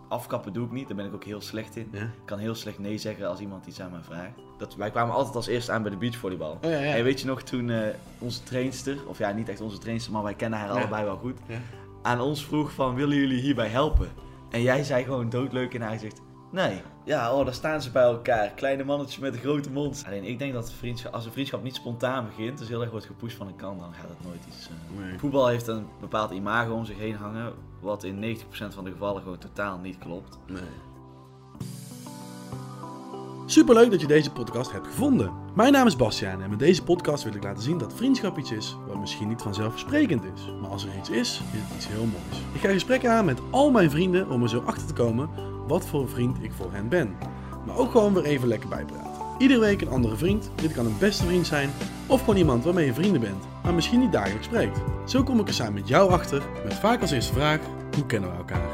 afkappen doe ik niet, daar ben ik ook heel slecht in. Ja? Ik kan heel slecht nee zeggen als iemand iets aan mij vraagt. Wij kwamen altijd als eerste aan bij de beachvolleybal. Oh, ja. En weet je nog, toen onze trainster, of ja, niet echt onze trainster, maar wij kennen haar allebei wel goed, aan ons vroeg van, willen jullie hierbij helpen? En jij zei gewoon doodleuk in haar gezicht, nee. Ja, daar staan ze bij elkaar. Kleine mannetjes met een grote mond. Alleen ik denk dat als een vriendschap niet spontaan begint, dus heel erg wordt gepusht van een kant, dan gaat het nooit iets... Nee. Voetbal heeft een bepaald imago om zich heen hangen, wat in 90% van de gevallen gewoon totaal niet klopt. Nee. Superleuk dat je deze podcast hebt gevonden. Mijn naam is Bastiaan en met deze podcast wil ik laten zien dat vriendschap iets is wat misschien niet vanzelfsprekend is. Maar als er iets is het iets heel moois. Ik ga gesprekken aan met al mijn vrienden om er zo achter te komen wat voor vriend ik voor hen ben. Maar ook gewoon weer even lekker bijpraten. Iedere week een andere vriend. Dit kan een beste vriend zijn of gewoon iemand waarmee je vrienden bent, maar misschien niet dagelijks spreekt. Zo kom ik er samen met jou achter met vaak als eerste vraag, hoe kennen we elkaar?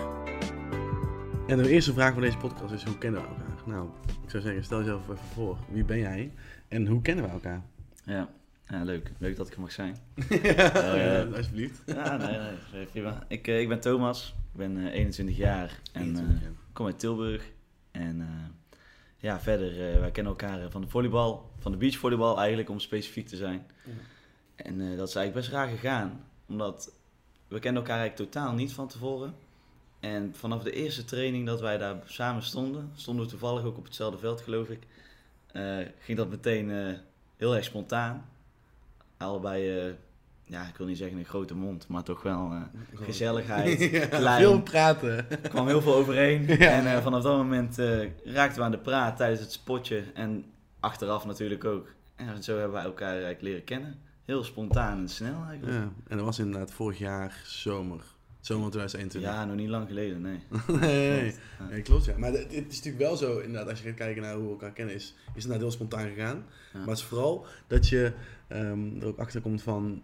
En de eerste vraag van deze podcast is, hoe kennen we elkaar? Nou, ik zou zeggen, stel jezelf even voor. Wie ben jij en hoe kennen we elkaar? Ja, leuk. Leuk dat ik er mag zijn. Alsjeblieft. Ja, nee, prima. Ik ben Thomas, ik ben 21 jaar en kom uit Tilburg. En verder, wij kennen elkaar van de volleybal, van de beachvolleybal eigenlijk, om specifiek te zijn. Ja. En dat is eigenlijk best raar gegaan, omdat we kennen elkaar eigenlijk totaal niet van tevoren. En vanaf de eerste training dat wij daar samen stonden we toevallig ook op hetzelfde veld, geloof ik. Ging dat meteen heel erg spontaan. Allebei, ik wil niet zeggen een grote mond, maar toch wel gezelligheid. Ja, klein. Veel praten. Er kwam heel veel overheen. Ja. En vanaf dat moment raakten we aan de praat tijdens het spotje. En achteraf natuurlijk ook. En zo hebben we elkaar eigenlijk leren kennen. Heel spontaan en snel eigenlijk. Ja, en dat was inderdaad vorig jaar zomer 2021. Ja, nog niet lang geleden, nee. Nee, klopt ja. Maar het is natuurlijk wel zo, inderdaad, als je gaat kijken naar hoe we elkaar kennen, is het inderdaad heel spontaan gegaan. Ja. Maar het is vooral dat je er ook achter komt van,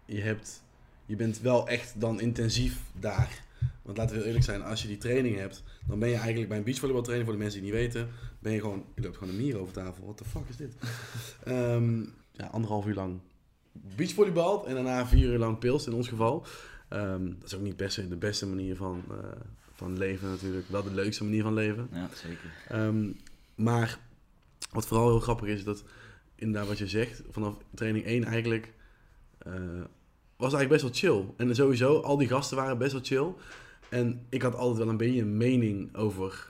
je bent wel echt dan intensief daar. Want laten we eerlijk zijn, als je die training hebt, dan ben je eigenlijk bij een beachvolleybaltraining, voor de mensen die het niet weten, je loopt gewoon een mier over tafel. What the fuck is dit? 1,5 uur lang beachvolleybal en daarna 4 uur lang pils in ons geval. Dat is ook niet per se de beste manier van leven natuurlijk. Wel de leukste manier van leven. Ja, zeker. Maar wat vooral heel grappig is, dat inderdaad wat je zegt, vanaf training 1 eigenlijk, was eigenlijk best wel chill. En sowieso, al die gasten waren best wel chill. En ik had altijd wel een beetje een mening over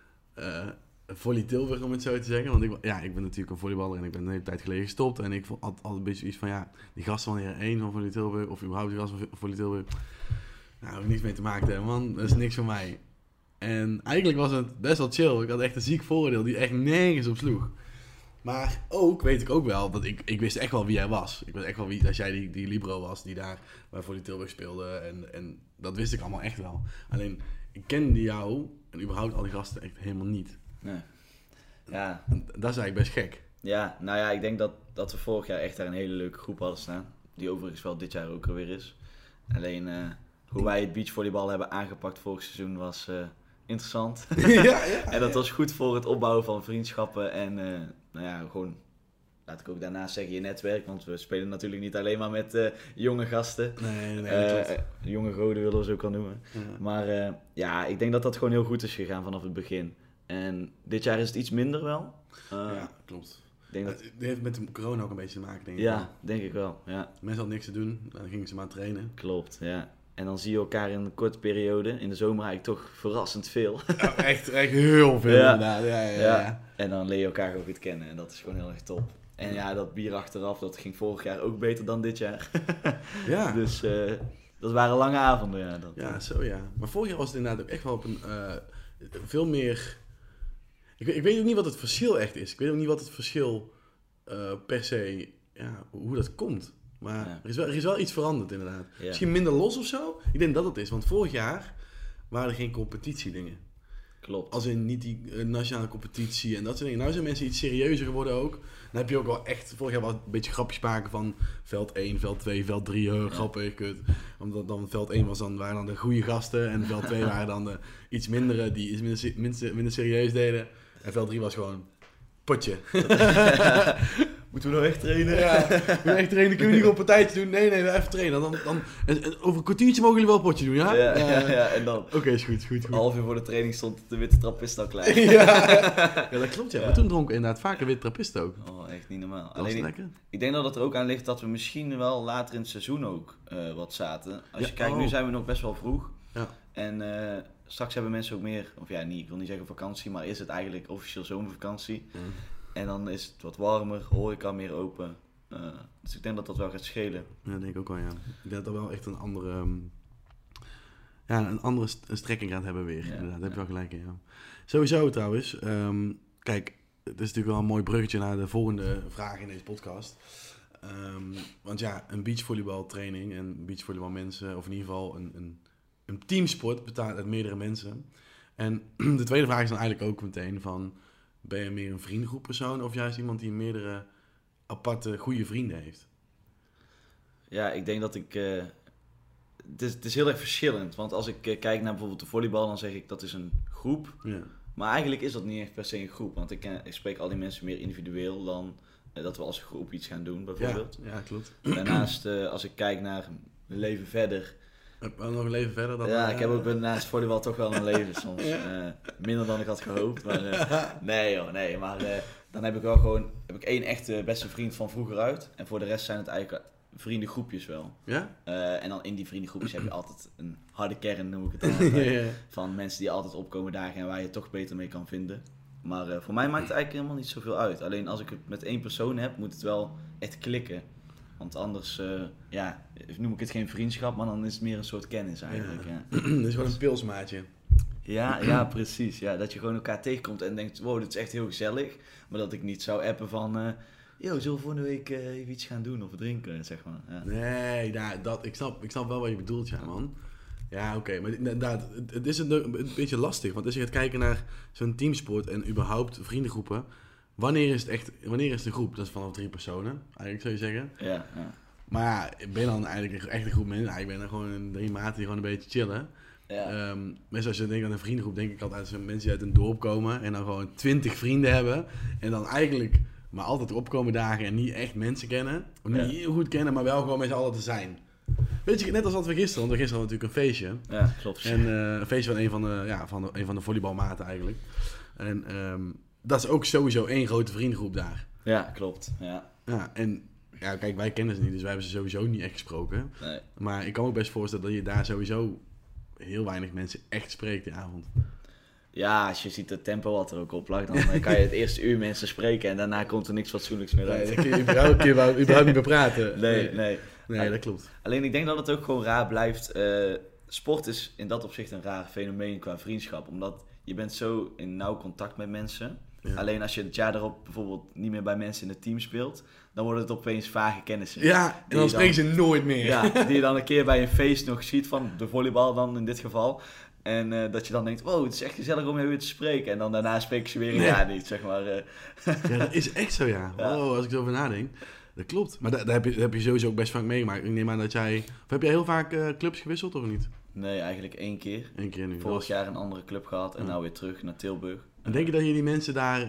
Volley Tilburg, om het zo te zeggen. Want ik ben natuurlijk een volleyballer en ik ben een hele tijd geleden gestopt. En ik vond altijd een beetje iets van, die gasten van Heer 1 van Volley Tilburg, of überhaupt die gasten van Volley Tilburg, nou, heb ik niks mee te maken hebben, man. Dat is niks voor mij. En eigenlijk was het best wel chill. Ik had echt een ziek vooroordeel die echt nergens op sloeg. Maar ook, weet ik ook wel, dat ik wist echt wel wie jij was. Ik wist echt wel wie, als jij die libero was die daar bij Volley Tilburg speelde. En dat wist ik allemaal echt wel. Alleen, ik kende jou en überhaupt al die gasten echt helemaal niet. Nee. Ja. En dat is eigenlijk best gek. Ja, nou ja, ik denk dat we vorig jaar echt daar een hele leuke groep hadden staan. Die overigens wel dit jaar ook er weer is. Alleen, hoe wij het beachvolleybal hebben aangepakt vorig seizoen was interessant. Ja, en dat was goed voor het opbouwen van vriendschappen en gewoon, laat ik ook daarnaast zeggen, je netwerk. Want we spelen natuurlijk niet alleen maar met jonge gasten. Nee, jonge goden willen we ze ook al noemen. Ja. Maar ik denk dat dat gewoon heel goed is gegaan vanaf het begin. En dit jaar is het iets minder wel. Ja, klopt. Denk dat heeft met de corona ook een beetje te maken, denk ik. Ja, denk ik wel. Ja. Mensen hadden niks te doen, dan gingen ze maar trainen. Klopt, ja. En dan zie je elkaar in een korte periode. In de zomer eigenlijk toch verrassend veel. Ja, echt heel veel inderdaad. Ja. En dan leer je elkaar gewoon goed kennen. En dat is gewoon heel erg top. En ja, dat bier achteraf, dat ging vorig jaar ook beter dan dit jaar. Ja. Dus dat waren lange avonden. Ja, ja. Maar vorig jaar was het inderdaad ook echt wel op een veel meer... Ik weet ook niet wat het verschil echt is. Ik weet ook niet wat het verschil per se, hoe dat komt. Maar er is wel iets veranderd inderdaad. Ja. Misschien minder los of zo. Ik denk dat het is. Want vorig jaar waren er geen competitiedingen. Klopt. Als in niet die nationale competitie en dat soort dingen. Nou zijn mensen iets serieuzer geworden ook. Dan heb je ook wel echt... Vorig jaar was een beetje grapjes maken van veld 1, veld 2, veld 3. Grappig, kut. Omdat dan veld 1 waren dan de goede gasten. En veld 2 waren dan de iets mindere die iets minder serieus deden. En veld 3 was gewoon potje. Moeten we nou echt trainen? Ja, we echt trainen, kunnen we niet op een partijtje doen? Nee, we even trainen. En over een kwartiertje mogen jullie wel een potje doen, ja? Ja, en dan... Oké, is goed. Een half uur voor de training stond de witte trappist al klaar. Ja, dat klopt, ja. Maar toen dronk ik inderdaad vaker witte trappist ook. Oh, echt niet normaal. Dat was lekker. Ik denk dat het er ook aan ligt dat we misschien wel later in het seizoen ook wat zaten. Als je kijkt, nu zijn we nog best wel vroeg. Ja. En straks hebben mensen ook meer, of ja, ik wil niet zeggen vakantie, maar is het eigenlijk officieel zomervakantie. Mm. En dan is het wat warmer, horeca meer open. Dus ik denk dat dat wel gaat schelen. Ja, dat denk ik ook wel, ja. Ik denk dat dat wel echt een andere strekking gaat hebben weer. Ja, inderdaad, daar heb je wel gelijk in, ja. Sowieso trouwens, kijk, het is natuurlijk wel een mooi bruggetje naar de volgende vraag in deze podcast. Want ja, een beachvolleybaltraining en beachvolleybalmensen, of in ieder geval een teamsport bestaat uit meerdere mensen. En de tweede vraag is dan eigenlijk ook meteen van, ben je meer een vriendengroep persoon of juist iemand die meerdere aparte goede vrienden heeft? Ja, ik denk dat ik... Het is heel erg verschillend. Want als ik kijk naar bijvoorbeeld de volleybal, dan zeg ik dat is een groep. Ja. Maar eigenlijk is dat niet echt per se een groep. Want ik spreek al die mensen meer individueel dan dat we als groep iets gaan doen, bijvoorbeeld. Ja, klopt. Daarnaast, als ik kijk naar mijn leven verder... Heb je nog een leven verder? Dan, ik heb ook naast volleybal toch wel een leven soms. Ja. Minder dan ik had gehoopt. Maar, nee. Maar dan heb ik één echte beste vriend van vroeger uit. En voor de rest zijn het eigenlijk vriendengroepjes wel. Ja? En dan in die vriendengroepjes heb je altijd een harde kern, noem ik het dan altijd. Ja. Van mensen die altijd opkomen dagen en waar je het toch beter mee kan vinden. Maar voor mij maakt het eigenlijk helemaal niet zoveel uit. Alleen als ik het met één persoon heb, moet het wel echt klikken. Want anders noem ik het geen vriendschap, maar dan is het meer een soort kennis eigenlijk. Ja. Dat is gewoon een pilsmaatje. Ja, precies. Ja, dat je gewoon elkaar tegenkomt en denkt, wow, dit is echt heel gezellig. Maar dat ik niet zou appen van, zullen we volgende week even iets gaan doen of drinken, zeg maar. Ja. Nee, ik snap wel wat je bedoelt, ja man. Ja, oké. Maar inderdaad, het is een beetje lastig. Want als je gaat kijken naar zo'n teamsport en überhaupt vriendengroepen... Wanneer is het een groep? Dat is vanaf 3 personen, eigenlijk zou je zeggen. Ja. Maar ja, ik ben dan eigenlijk echt een groep mensen. Nou, ik ben dan gewoon 3 maten die gewoon een beetje chillen. Ja. Meestal als je denkt aan een vriendengroep, denk ik altijd aan mensen die uit een dorp komen en dan gewoon 20 vrienden hebben. En dan eigenlijk maar altijd opkomen dagen en niet echt mensen kennen. Of niet heel goed kennen, maar wel gewoon met z'n allen te zijn. Weet je, net als wat we gisteren, want we gisteren hadden natuurlijk een feestje. Ja, klopt. En een feestje van een van de volleybalmaten eigenlijk. En dat is ook sowieso één grote vriendengroep daar. Ja, klopt. Ja, Kijk, wij kennen ze niet, dus wij hebben ze sowieso niet echt gesproken. nee. Maar ik kan me ook best voorstellen dat je daar sowieso heel weinig mensen echt spreekt die avond. Ja, als je ziet het tempo wat er ook op lag, dan kan je het eerste uur mensen spreken en daarna komt er niks fatsoenlijks meer uit. Nee, dan kun je überhaupt niet meer praten. Nee, dat klopt. Alleen ik denk dat het ook gewoon raar blijft. Sport is in dat opzicht een raar fenomeen qua vriendschap, omdat je bent zo in nauw contact met mensen. Ja. Alleen als je het jaar daarop bijvoorbeeld niet meer bij mensen in het team speelt, dan worden het opeens vage kennissen. Ja, en dan spreken ze nooit meer. Ja, die je dan een keer bij een feest nog ziet, van de volleybal dan in dit geval. En dat je dan denkt, wow, het is echt gezellig om weer te spreken. En dan daarna spreken ze weer een jaar niet, zeg maar. Ja, dat is echt zo, ja. Oh, als ik erover nadenk. Dat klopt. Maar daar heb je sowieso ook best vaak meegemaakt. Ik neem aan dat jij... Of heb jij heel vaak clubs gewisseld, of niet? Nee, eigenlijk 1 keer. 1 keer nu. Vorig jaar een andere club gehad en nou weer terug naar Tilburg. En denk je dat je die mensen daar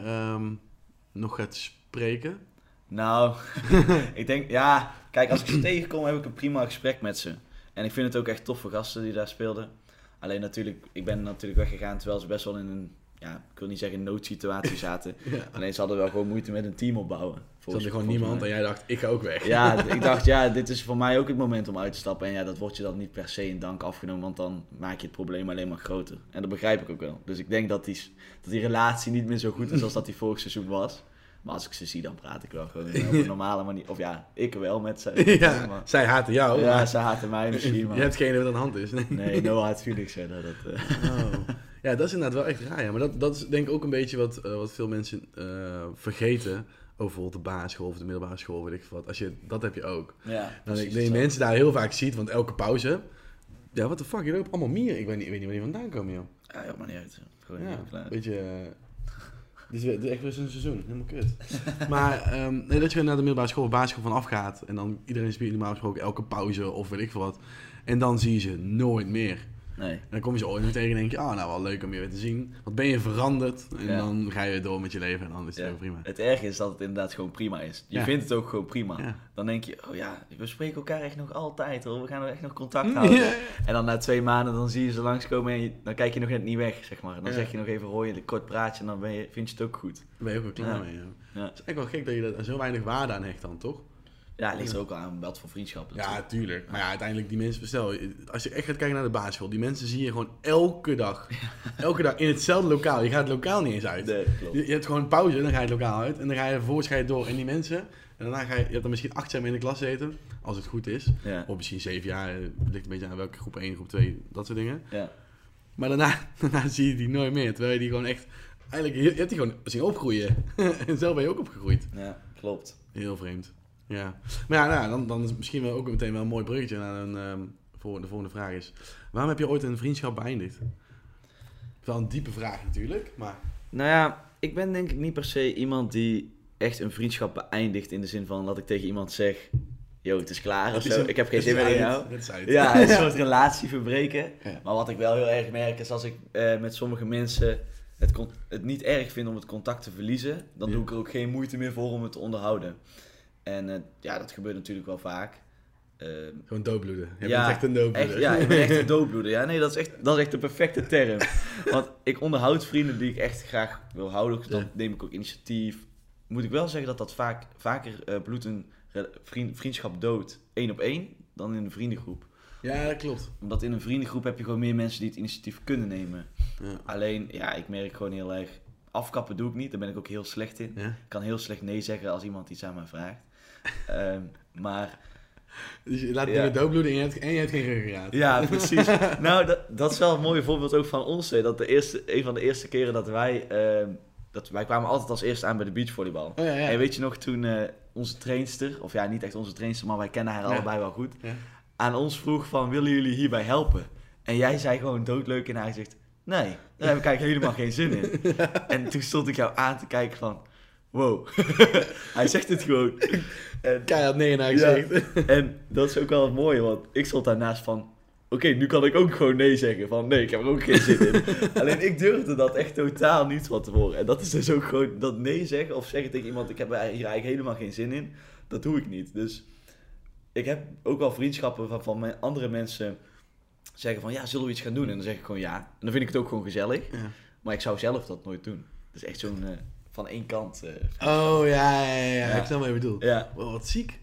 nog gaat spreken? Nou, ik denk, kijk, als ik ze tegenkom heb ik een prima gesprek met ze. En ik vind het ook echt toffe gasten die daar speelden. Alleen natuurlijk, ik ben natuurlijk weggegaan terwijl ze best wel in een, ik wil niet zeggen noodsituatie zaten. Ja. Alleen ze hadden wel gewoon moeite met een team opbouwen. Zat er gewoon niemand en jij dacht, ik ga ook weg. Ja, ik dacht, dit is voor mij ook het moment om uit te stappen. En ja, dat wordt je dan niet per se in dank afgenomen, want dan maak je het probleem alleen maar groter. En dat begrijp ik ook wel. Dus ik denk dat die relatie niet meer zo goed is als dat die vorig seizoen was. Maar als ik ze zie, dan praat ik wel gewoon op een normale manier. Of ja, ik wel met ze. Ja, maar zij haten jou. Ja, maar zij haten mij misschien. Maar... Je hebt geen wat aan de hand is. Nee, no hard feelings verder. Ja, dat is inderdaad wel echt raar. Ja. Maar dat is denk ik ook een beetje wat veel mensen vergeten over bijvoorbeeld de basisschool of de middelbare school, weet ik wat. Dat heb je ook. Ja, dan dat je mensen daar heel vaak ziet, want elke pauze... Ja, what the fuck, je loopt allemaal mieren. Ik weet niet waar die vandaan komen, joh. Ja, helemaal maar niet uit. Gewoon klaar. Beetje... Dit is echt weer zo'n seizoen, helemaal kut. Maar dat je naar de middelbare school of basisschool van afgaat en dan iedereen speelt normaal gesproken elke pauze of weet ik veel wat. En dan zie je ze nooit meer. Nee. En dan kom je ze ooit weer tegen en denk je, nou wel leuk om je weer te zien. Wat ben je veranderd? En dan ga je weer door met je leven en dan is het ook prima. Het erge is dat het inderdaad gewoon prima is. Je vindt het ook gewoon prima. Ja. Dan denk je, we spreken elkaar echt nog altijd hoor. We gaan er echt nog contact houden. Ja. En dan na 2 maanden dan zie je ze langskomen en dan kijk je nog net niet weg, zeg maar. Dan zeg je nog even hoi, een kort praatje en dan vind je het ook goed. Dan ben je ook wel klaar mee. Ja. Het is eigenlijk wel gek dat je daar zo weinig waarde aan hecht dan, toch? Ja, het ligt er ook aan wat voor vriendschap. Ja, tuurlijk. Maar uiteindelijk die mensen, stel, als je echt gaat kijken naar de basisschool, die mensen zie je gewoon elke dag. Elke dag in hetzelfde lokaal. Je gaat het lokaal niet eens uit. Nee, klopt. Je hebt gewoon pauze, dan ga je het lokaal uit. En dan ga je vervolgens door. En die mensen, en daarna je hebt er misschien 8 jaar mee in de klas zitten, als het goed is. Ja. Of misschien 7 jaar, het ligt een beetje aan welke groep 1, groep 2, dat soort dingen. Ja. Maar daarna zie je die nooit meer. Terwijl je die gewoon echt, eigenlijk, je hebt die gewoon zien opgroeien. En zelf ben je ook opgegroeid. Ja, klopt. Heel vreemd. Ja, maar dan is het misschien wel ook meteen wel een mooi bruggetje naar de volgende vraag is. Waarom heb je ooit een vriendschap beëindigd? Wel een diepe vraag natuurlijk, maar... Nou ja, ik ben denk ik niet per se iemand die echt een vriendschap beëindigt in de zin van dat ik tegen iemand zeg, yo, het is klaar of zo. Ik heb geen zin meer in jou. Ja, een soort relatie verbreken. Ja. Maar wat ik wel heel erg merk is als ik met sommige mensen het niet erg vind om het contact te verliezen, dan doe ik er ook geen moeite meer voor om het te onderhouden. En dat gebeurt natuurlijk wel vaak. Gewoon doodbloeden. Je bent echt een doodbloeder. Echt, ik ben echt een doodbloeder. Ja, nee, dat is echt de perfecte term. Want ik onderhoud vrienden die ik echt graag wil houden. Dus dan neem ik ook initiatief. Moet ik wel zeggen dat vaker bloedt een vriendschap dood 1 op 1 dan in een vriendengroep. Ja, dat klopt. Omdat in een vriendengroep heb je gewoon meer mensen die het initiatief kunnen nemen. Ja. Alleen, ik merk gewoon heel erg... Afkappen doe ik niet, daar ben ik ook heel slecht in. Ja. Ik kan heel slecht nee zeggen als iemand iets aan mij vraagt. Maar... Dus je laat dingen doodbloeden en je hebt geen ruggengraat. Ja, precies. Nou, dat is wel een mooi voorbeeld ook van ons. Dat een van de eerste keren dat wij... wij kwamen altijd als eerste aan bij de beachvolleybal. Oh, ja. En weet je nog, toen onze trainster... Of niet echt onze trainster, maar wij kennen haar allebei wel goed. Ja. Aan ons vroeg van, willen jullie hierbij helpen? En jij zei gewoon doodleuk in haar gezicht... Nee, daar heb ik eigenlijk helemaal geen zin in. En toen stond ik jou aan te kijken van... Wow, hij zegt het gewoon. Keihard nee in haar gezicht. Ja, en dat is ook wel het mooie, want ik stond daarnaast van... Oké, nu kan ik ook gewoon nee zeggen. Van nee, ik heb er ook geen zin in. Alleen ik durfde dat echt totaal niet van tevoren. En dat is dus ook gewoon dat nee zeggen of zeggen tegen iemand... Ik heb hier eigenlijk helemaal geen zin in. Dat doe ik niet. Dus ik heb ook wel vriendschappen van andere mensen... Zeggen van ja, zullen we iets gaan doen? En dan zeg ik gewoon ja. En dan vind ik het ook gewoon gezellig. Ja. Maar ik zou zelf dat nooit doen. Dat is echt zo'n van één kant. Ja. Ik snap wat je bedoelt. Ja. Wow, wat ziek.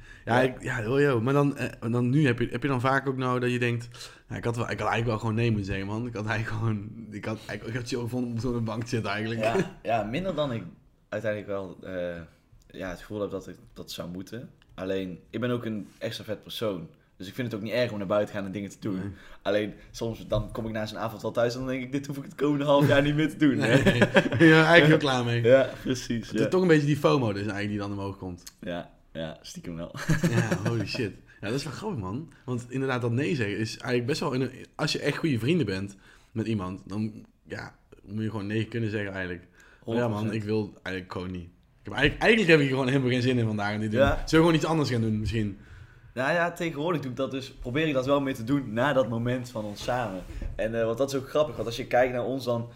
Maar dan nu heb je dan vaak ook nou dat je denkt... ik had eigenlijk wel gewoon nee moeten zeggen, man. Ik had het chill gevonden om op de bank te zitten eigenlijk. Ja, minder dan ik uiteindelijk wel het gevoel heb dat dat zou moeten. Alleen, ik ben ook een extravert persoon. Dus ik vind het ook niet erg om naar buiten te gaan en dingen te doen. Nee. Alleen, soms dan kom ik na zo'n avond wel thuis en dan denk ik... Dit hoef ik het komende half jaar niet meer te doen. Nee. Ja, eigenlijk heel klaar mee. Ja, precies. Het is toch een beetje die FOMO dus eigenlijk die dan omhoog komt. Ja, stiekem wel. Ja, holy shit. Ja, dat is wel grappig, man. Want inderdaad, dat nee zeggen is eigenlijk best wel... Als je echt goede vrienden bent met iemand... Dan moet je gewoon nee kunnen zeggen eigenlijk. Ja man, ik wil eigenlijk gewoon niet. Eigenlijk heb ik gewoon helemaal geen zin in vandaag. En dit doen. Zullen we gewoon iets anders gaan doen misschien? Nou ja, tegenwoordig doe ik dat dus, probeer ik dat wel mee te doen na dat moment van ons samen. En want dat is ook grappig, want als je kijkt naar ons dan,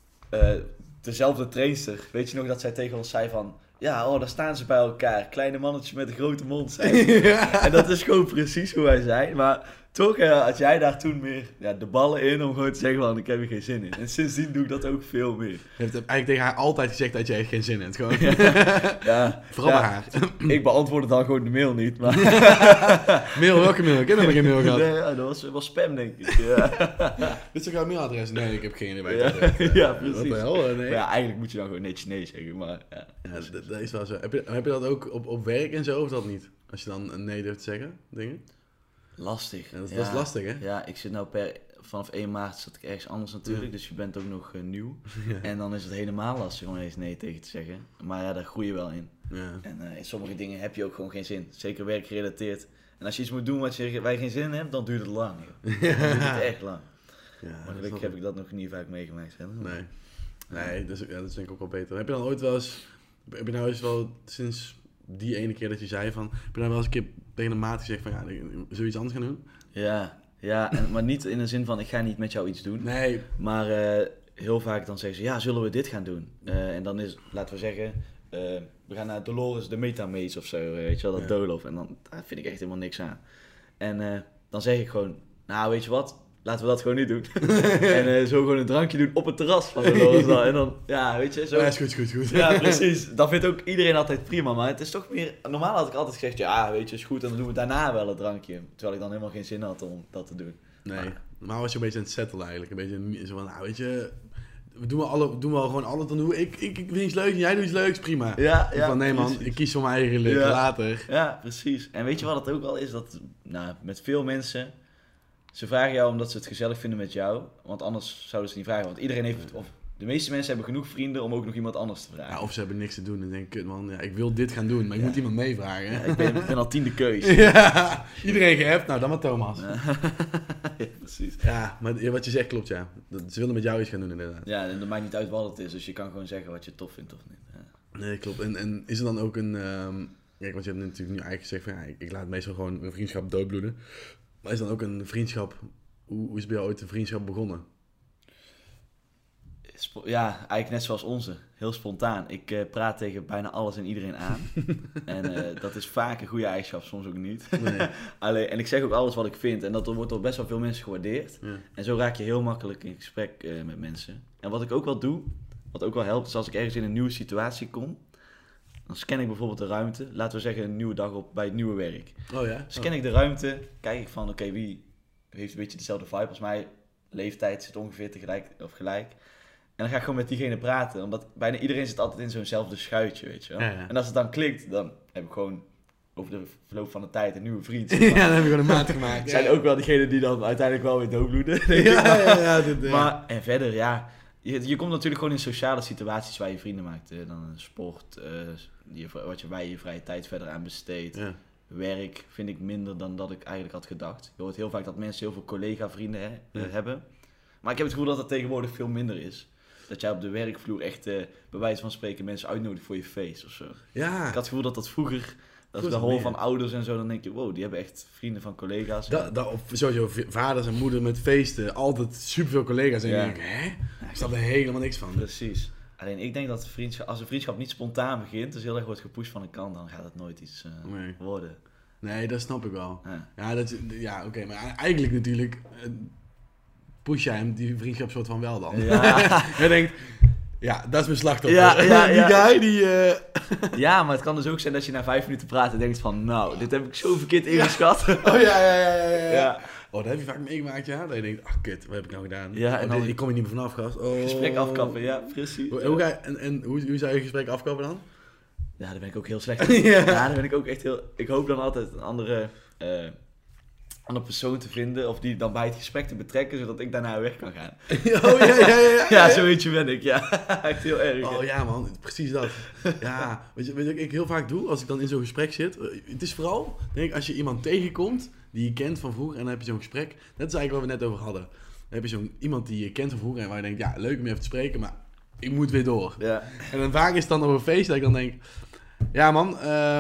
dezelfde trainster, weet je nog dat zij tegen ons zei van, daar staan ze bij elkaar, kleine mannetjes met een grote mond zijn. Ja. En dat is gewoon precies hoe wij zijn, maar toch had jij daar toen meer de ballen in om gewoon te zeggen van, ik heb er geen zin in. En sindsdien doe ik dat ook veel meer. Je hebt eigenlijk tegen haar altijd gezegd dat je echt geen zin hebt, gewoon. Vooral bij haar. Ik beantwoordde dan gewoon de mail niet, maar... Mail, welke mail? Ik heb nog geen mail gehad. Nee, dat was spam, denk ik. Ja. Dit is ook jouw mailadres? Nee, ik heb geen idee. Ja, precies. Wat de hel? Nee. Maar eigenlijk moet je dan gewoon netjes nee zeggen, maar... Ja, dat is wel zo. Heb je dat ook op werk en zo, of dat niet? Als je dan een nee durft te zeggen, dingen? Lastig. Ja, dat is lastig, hè? Ja, ik zit nou vanaf 1 maart zat ik ergens anders natuurlijk, dus je bent ook nog nieuw. Ja. En dan is het helemaal lastig om eens nee tegen te zeggen. Maar daar groei je wel in. Ja. En in sommige dingen heb je ook gewoon geen zin. Zeker werkgerelateerd. En als je iets moet doen waar je geen zin in hebt, dan duurt het lang. Joh. Dan duurt het echt lang. Ja, maar gelukkig heb ik dat nog niet vaak meegemaakt. Hè? Nee, dat is denk ik ook wel beter. Heb je dan ooit wel eens sinds die ene keer dat je zei van... Heb je dan wel eens een keer tegen een maat gezegd van zoiets anders gaan doen? Ja, Ja, maar niet in de zin van, ik ga niet met jou iets doen. Nee. Maar heel vaak dan zeggen ze, ja, zullen we dit gaan doen? En dan is, laten we zeggen, we gaan naar Dolores de Metamaze of zo, weet je wel, dat doolhof. En dan daar vind ik echt helemaal niks aan. En dan zeg ik gewoon, nou, weet je wat? Laten we dat gewoon niet doen. En zo gewoon een drankje doen op het terras van Dolores dan. En dan, ja, weet je, zo. Ja, is goed. Ja, precies. Dat vindt ook iedereen altijd prima. Maar het is toch meer... Normaal had ik altijd gezegd, ja, weet je, is goed. En dan doen we daarna wel een drankje. Terwijl ik dan helemaal geen zin had om dat te doen. Nee, normaal was je een beetje aan het settelen eigenlijk. Een beetje zo van, nou weet je, doen we al gewoon alles. Dan doe ik vind iets leuks en jij doet iets leuks, prima. Ja, Van nee man, precies. ik kies voor mijn eigen geluk, later. Ja, precies. En weet je wat het ook wel is? Dat, nou, met veel mensen... Ze vragen jou omdat ze het gezellig vinden met jou. Want anders zouden ze niet vragen. Want iedereen heeft... Of de meeste mensen hebben genoeg vrienden om ook nog iemand anders te vragen. Ja, of ze hebben niks te doen en denken, kut man, ja, ik wil dit gaan doen, maar ik moet iemand meevragen. Ja, ik ben al 10e keus. Ja, iedereen gehept, nou dan maar Thomas. Ja, precies. Ja, maar wat je zegt klopt, ja. Ze willen met jou iets gaan doen inderdaad. Ja, en dat maakt niet uit wat het is. Dus je kan gewoon zeggen wat je tof vindt of niet. Ja. Nee, klopt. En is er dan ook een... Kijk, want je hebt natuurlijk nu eigenlijk gezegd van, ja, ik laat meestal gewoon een vriendschap doodbloeden. Maar is dan ook een vriendschap... Hoe is bij jou ooit een vriendschap begonnen? Ja, eigenlijk net zoals onze. Heel spontaan. Ik praat tegen bijna alles en iedereen aan. En dat is vaak een goede eigenschap, soms ook niet. Nee. En ik zeg ook alles wat ik vind. En dat wordt door best wel veel mensen gewaardeerd. Ja. En zo raak je heel makkelijk in gesprek met mensen. En wat ik ook wel doe, wat ook wel helpt, is als ik ergens in een nieuwe situatie kom... Dan scan ik bijvoorbeeld de ruimte. Laten we zeggen een nieuwe dag op bij het nieuwe werk. Oh ja? Scan ik de ruimte, kijk ik van oké, wie heeft een beetje dezelfde vibe als mij. Leeftijd zit ongeveer gelijk. En dan ga ik gewoon met diegene praten. Omdat bijna iedereen zit altijd in zo'nzelfde schuitje, weet je wel. Ja. En als het dan klikt, dan heb ik gewoon over de verloop van de tijd een nieuwe vriend. Ja, dan heb je gewoon een maat gemaakt. Het zijn ook wel diegenen die dan uiteindelijk wel weer doodbloeden. Ja. Maar, en verder, ja... Je komt natuurlijk gewoon in sociale situaties waar je vrienden maakt. Dan sport, waar je je vrije tijd verder aan besteedt. Ja. Werk vind ik minder dan dat ik eigenlijk had gedacht. Je hoort heel vaak dat mensen heel veel collega-vrienden hebben. Maar ik heb het gevoel dat het tegenwoordig veel minder is. Dat jij op de werkvloer echt, bij wijze van spreken, mensen uitnodigt voor je feest of zo. Ja. Ik had het gevoel dat dat vroeger... Als ik dat hoor van ouders en zo, dan denk je, wow, die hebben echt vrienden van collega's. Of sowieso vaders en moeders met feesten, altijd superveel collega's. En je denkt, hè? Ik snap er helemaal niks van. Precies. Alleen ik denk dat als een vriendschap niet spontaan begint, dus heel erg wordt gepusht van een kant, dan gaat het nooit iets worden. Nee, dat snap ik wel. Ja, Oké, maar eigenlijk natuurlijk push jij hem die vriendschap soort van wel dan. Ja. Jij denkt, ja, dat is mijn slachtoffer. Ja. Die guy, die... Ja, maar het kan dus ook zijn dat je na 5 minuten praten denkt van, nou, dit heb ik zo verkeerd ingeschat. Oh ja. Oh, dat heb je vaak meegemaakt, ja? Dat je denkt, ach kut, wat heb ik nou gedaan? Ja, en dan... Ik kom hier niet meer vanaf, gast. Oh. Gesprek afkappen, ja, precies. Hoe zou je gesprek afkappen dan? Ja, daar ben ik ook heel slecht in. Ja, daar ben ik ook echt heel... Ik hoop dan altijd een andere persoon te vinden, of die dan bij het gesprek te betrekken, zodat ik daarna weg kan gaan. Oh ja. Ja, zo eentje ben ik, ja. Echt heel erg. Oh ja man, precies dat. Ja, weet je wat ik heel vaak doe als ik dan in zo'n gesprek zit? Het is vooral, denk ik, als je iemand tegenkomt die je kent van vroeger en dan heb je zo'n gesprek. Dat is eigenlijk wat we net over hadden. Dan heb je iemand die je kent van vroeger en waar je denkt, ja, leuk om even te spreken, maar ik moet weer door. Ja. En dan vaak is het dan op een feest dat ik dan denk, ja man,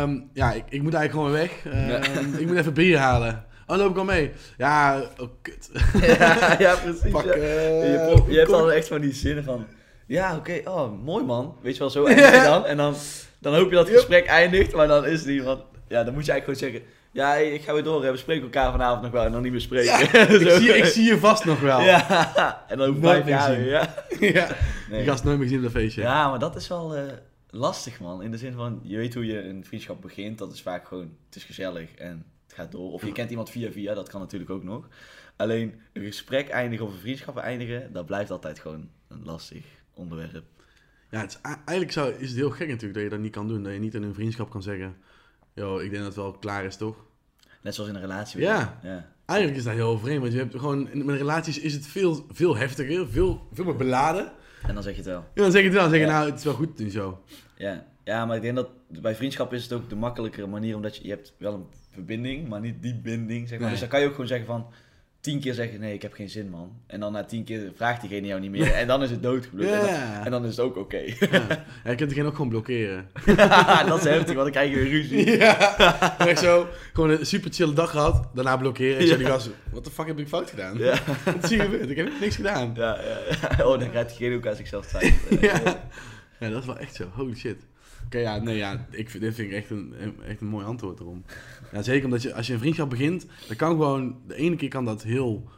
ik moet eigenlijk gewoon weer weg. Ik moet even bier halen. Oh, dan loop ik al mee. Ja, oh kut. Ja, precies. Fuck, je hebt dan echt van die zinnen van... Ja, oké, oh, mooi man. Weet je wel, zo eindig je dan. En dan hoop je dat het gesprek eindigt, maar dan is het niet van... Ja, dan moet je eigenlijk gewoon zeggen... Ja, ik ga weer door, we spreken elkaar vanavond nog wel en dan niet meer spreken. Ja, ik zie je vast nog wel. Ja, en dan Nooit 5 jaar meer weer, ja. Ja, Nee. die gast nooit meer gezien op dat feestje. Ja, maar dat is wel lastig, man. In de zin van, je weet hoe je een vriendschap begint. Dat is vaak gewoon, het is gezellig en het gaat door. Of je kent iemand via, dat kan natuurlijk ook nog. Alleen, een gesprek eindigen of een vriendschap eindigen, dat blijft altijd gewoon een lastig onderwerp. Ja, eigenlijk is het heel gek natuurlijk dat je dat niet kan doen. Dat je niet in een vriendschap kan zeggen... Yo, ik denk dat het wel klaar is, toch? Net zoals in een relatie. Ja. Ja. Eigenlijk is dat heel vreemd. Want je hebt gewoon... Met relaties is het veel heftiger. Veel meer beladen. En dan zeg je het wel. Ja, dan zeg je het wel. Dan zeg je, Ja. nou, het is wel goed nu zo. Ja, maar ik denk dat bij vriendschap is het ook de makkelijkere manier. Omdat je hebt wel een verbinding, maar niet die binding, zeg maar. Nee. Dus dan kan je ook gewoon zeggen van... 10 keer zeggen, nee, ik heb geen zin, man. En dan na 10 keer vraagt diegene jou niet meer. En dan is het doodgebloed. Ja. En dan is het ook oké. Ja, je kunt diegene ook gewoon blokkeren. Dat is heftig, want dan krijg je weer ruzie. Ja, echt zo. Gewoon een super chille dag gehad, daarna blokkeren. En zo die gasten, wat de fuck heb ik fout gedaan? Ja. Wat zie je gebeurd? Ik heb niks gedaan. Ja. Oh, dan gaat diegene ook aan zichzelf twijfelen. Ja, dat is wel echt zo. Holy shit. Oké, ja, nee, ja, dit vind ik echt een mooi antwoord erom. Ja, zeker omdat als je een vriendschap begint, dan kan gewoon, de ene keer kan dat heel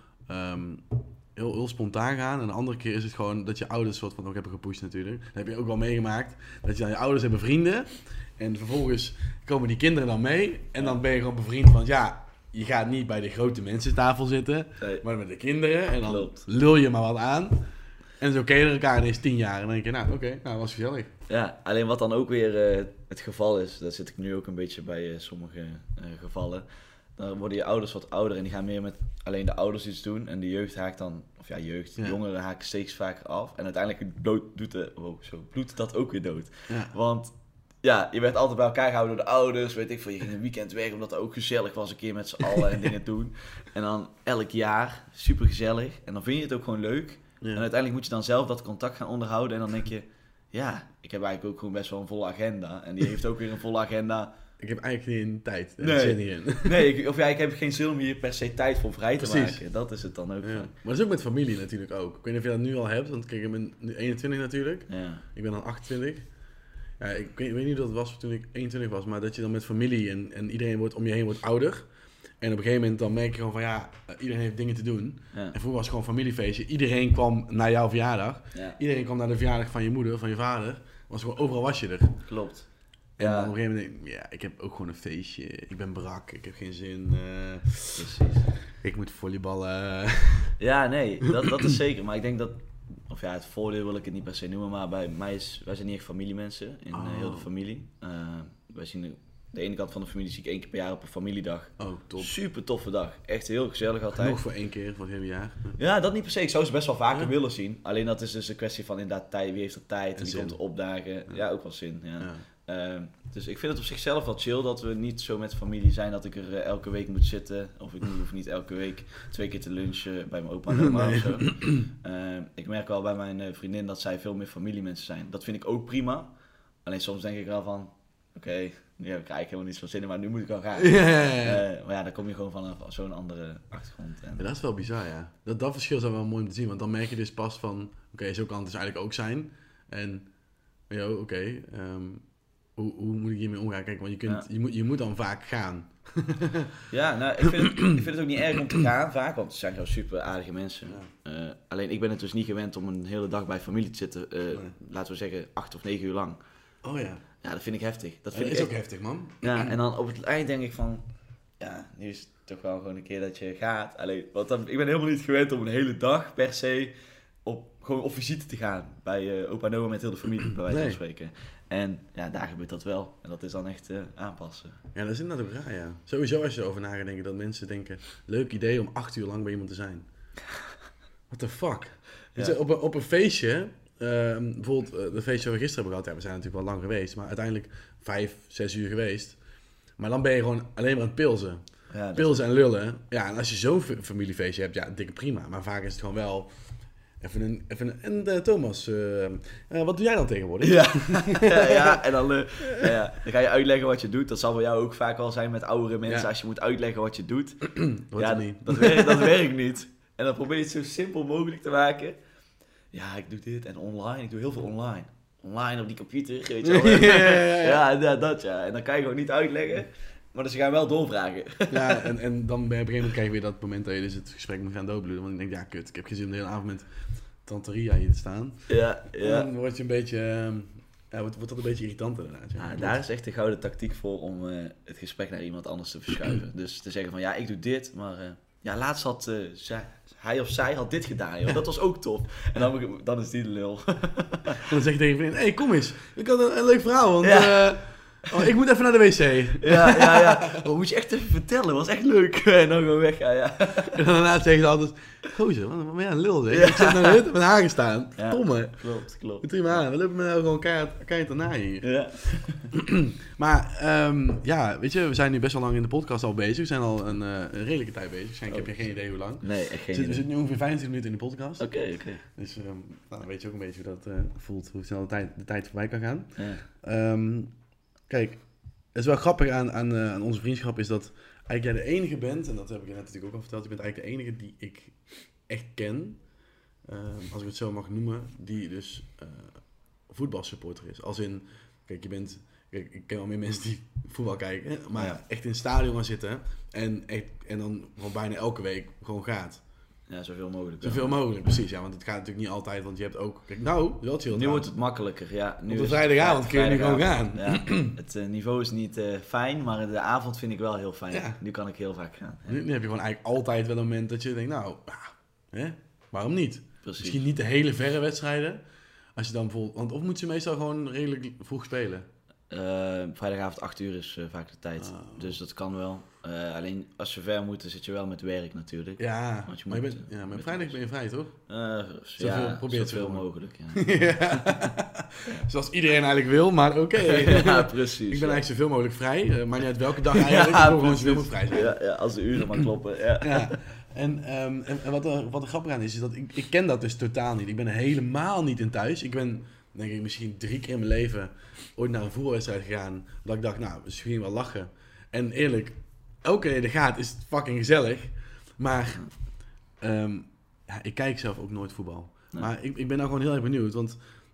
spontaan gaan. En de andere keer is het gewoon dat je ouders soort van ook hebben gepusht natuurlijk. Dat heb je ook wel meegemaakt. Dat je dan je ouders hebben vrienden. En vervolgens komen die kinderen dan mee. En dan ben je gewoon bevriend van, ja, je gaat niet bij de grote mensentafel zitten. Nee. Maar met de kinderen. En dan lul je maar wat aan. En zo ken je elkaar ineens 10 jaar. En dan denk je, nou oké, dat was gezellig. Ja, alleen wat dan ook weer het geval is, daar zit ik nu ook een beetje bij sommige gevallen. Dan worden je ouders wat ouder en die gaan meer met alleen de ouders iets doen. En de jeugd haakt dan, jongeren haken steeds vaker af. En uiteindelijk bloedt dat ook weer dood. Ja. Want ja, je werd altijd bij elkaar gehouden door de ouders, weet ik veel. Je ging een weekend weg omdat het ook gezellig was, een keer met z'n allen en dingen doen. En dan elk jaar, super gezellig. En dan vind je het ook gewoon leuk. Ja. En uiteindelijk moet je dan zelf dat contact gaan onderhouden. En dan denk je, ja, ik heb eigenlijk ook gewoon best wel een volle agenda. En die heeft ook weer een volle agenda. Ik heb eigenlijk niet in tijd. Zin niet in. Nee, ik heb geen zin om hier per se tijd voor vrij te maken. Dat is het dan ook. Ja. Maar dat is ook met familie natuurlijk ook. Ik weet niet of je dat nu al hebt, want kijk, ik ben nu 21 natuurlijk. Ja. Ik ben dan 28. Ja, ik weet niet hoe dat was toen ik 21 was, maar dat je dan met familie en iedereen om je heen wordt ouder. En op een gegeven moment dan merk je gewoon van ja, iedereen heeft dingen te doen. Ja. En vroeger was het gewoon een familiefeestje. Iedereen kwam naar jouw verjaardag. Ja. Iedereen kwam naar de verjaardag van je moeder, van je vader. Overal was je er. Klopt. En dan op een gegeven moment denk ik, ja, ik heb ook gewoon een feestje. Ik ben brak, ik heb geen zin. Precies. Ik moet volleyballen. Ja, nee, dat is zeker. Maar ik denk dat, of ja, het voordeel wil ik het niet per se noemen. Maar wij zijn niet echt familiemensen in heel de familie. Wij zien de ene kant van de familie zie ik 1 keer per jaar op een familiedag. Oh, top. Super toffe dag. Echt heel gezellig altijd. Nog voor 1 keer voor het hele jaar. Ja, dat niet per se. Ik zou ze best wel vaker willen zien. Alleen dat is dus een kwestie van inderdaad tijd. Wie heeft er tijd? En die komt opdagen. Ja, ook wel zin. Ja. Dus ik vind het op zichzelf wel chill dat we niet zo met familie zijn dat ik er elke week moet zitten. Of ik hoef niet elke week 2 keer te lunchen bij mijn opa en oma of zo. Ik merk wel bij mijn vriendin dat zij veel meer familiemensen zijn. Dat vind ik ook prima. Alleen soms denk ik wel van, oké, nu heb ik eigenlijk helemaal niet zo'n zin in, maar nu moet ik wel gaan. Maar ja, dan kom je gewoon van zo'n andere achtergrond. En... Ja, dat is wel bizar, ja. Dat verschil zou wel mooi om te zien, want dan merk je dus pas van, oké, zo kan het dus eigenlijk ook zijn. En, hoe moet ik hiermee omgaan? Kijk, want je moet dan vaak gaan. Ja, nou, ik vind het ook niet erg om te gaan vaak, want het zijn gewoon super aardige mensen. Ja. Alleen ik ben het dus niet gewend om een hele dag bij familie te zitten, laten we zeggen 8 of 9 uur lang. Oh ja. Ja, dat vind ik heftig. Dat is echt ook heftig, man. Ja, en dan op het eind denk ik van, ja, nu is het toch wel gewoon een keer dat je gaat. Alleen, want dan, ik ben helemaal niet gewend om een hele dag per se gewoon op visite te gaan bij opa en oma met heel de familie, bij wijze van spreken. En ja, daar gebeurt dat wel. En dat is dan echt aanpassen. Ja, dat is inderdaad ook raar, ja. Sowieso als je erover na gaat denken dat mensen denken, leuk idee om 8 uur lang bij iemand te zijn. What the fuck? Ja. Dus op een feestje, bijvoorbeeld de feestje waar we gisteren hebben gehad, ja, we zijn natuurlijk wel lang geweest, maar uiteindelijk 5, 6 uur geweest. Maar dan ben je gewoon alleen maar aan het pilsen. Ja, pilsen en lullen. Ja, en als je zo'n familiefeestje hebt, ja, dikke prima. Maar vaak is het gewoon wel... En Thomas, wat doe jij dan tegenwoordig? Ja, en dan ga je uitleggen wat je doet. Dat zal bij jou ook vaak wel zijn met oudere mensen. Ja. Als je moet uitleggen wat je doet. Dat werkt niet. En dan probeer je het zo simpel mogelijk te maken. Ja, ik doe dit en online. Ik doe heel veel online. Online op die computer, weet je wel. Ja. En dan kan je gewoon niet uitleggen. Maar dus ze gaan wel doorvragen. Ja, en dan op een gegeven moment krijg je weer dat moment dat je dus het gesprek moet gaan doodbloeden. Want ik denk, ja kut, ik heb geen zin om de hele avond met Tante Ria hier te staan. Ja. En dan word je een beetje, wordt dat een beetje irritant inderdaad. Ja, daar is echt de gouden tactiek voor om het gesprek naar iemand anders te verschuiven. Dus te zeggen van, ja, ik doe dit, maar laatst had hij of zij had dit gedaan, joh. Dat was ook tof. En dan is die de lul. Dan zeg je tegen je vriend, hey, kom eens, ik had een leuk verhaal, want... Oh, ik moet even naar de wc. Ja. Dat moet je echt even vertellen. Dat was echt leuk. En dan gewoon weg. Ja. En dan daarna zeggen ze altijd... Gozer, wat ben jij een lul, zeg. Ik zit naar de hut op mijn hagen staan. Verdomme. Klopt. Wat doe je me aan? We lopen me nou gewoon keihard daarna hier. Ja. Maar weet je, we zijn nu best wel lang in de podcast al bezig. We zijn al een redelijke tijd bezig. Waarschijnlijk heb je geen idee hoe lang. Nee, echt geen We idee. zitten nu ongeveer 25 minuten in de podcast. Oké. Dus dan weet je ook een beetje hoe dat voelt. Hoe snel de tijd voorbij kan gaan. Ja. Kijk, het is wel grappig aan onze vriendschap is dat eigenlijk jij de enige bent, en dat heb ik je net natuurlijk ook al verteld, je bent eigenlijk de enige die ik echt ken, als ik het zo mag noemen, die dus voetbalsupporter is. Als in, kijk, ik ken wel meer mensen die voetbal kijken, maar echt in het stadion gaan zitten en dan gewoon bijna elke week gewoon gaat. Ja, zoveel mogelijk. Zoveel mogelijk, precies. Ja, want het gaat natuurlijk niet altijd, want je hebt ook... Kijk, wel chill. Nu wordt het makkelijker, ja. Nu op de vrijdagavond kun je nu gewoon gaan. Ja. Het niveau is niet fijn, maar de avond vind ik wel heel fijn. Ja. Nu kan ik heel vaak gaan. Ja. Nu heb je gewoon eigenlijk altijd wel een moment dat je denkt, waarom niet? Precies. Misschien niet de hele verre wedstrijden. Als je dan bijvoorbeeld... Want of moet je meestal gewoon redelijk vroeg spelen? Vrijdagavond 8 uur is vaak de tijd. Dus dat kan wel. Alleen als je ver moet, dan zit je wel met werk natuurlijk. Ja, maar vrijdag ben je vrij, toch? Zoveel mogelijk. Ja. Zoals iedereen eigenlijk wil, maar oké. Ja, precies. Ik ben eigenlijk zoveel mogelijk vrij. Maar niet uit welke dag eigenlijk. Ik wil gewoon zoveel mogelijk vrij zijn. Ja, als de uren maar kloppen. Ja. En wat er grappig aan is dat ik ken dat dus totaal niet. Ik ben er helemaal niet in thuis. Ik ben, denk ik, misschien 3 keer in mijn leven ooit naar een voetbalwedstrijd gegaan. Dat ik dacht, misschien wel lachen. En eerlijk, elke keer dat gaat is het fucking gezellig. Maar ik kijk zelf ook nooit voetbal. Nee. Maar ik ben nou gewoon heel erg benieuwd. Want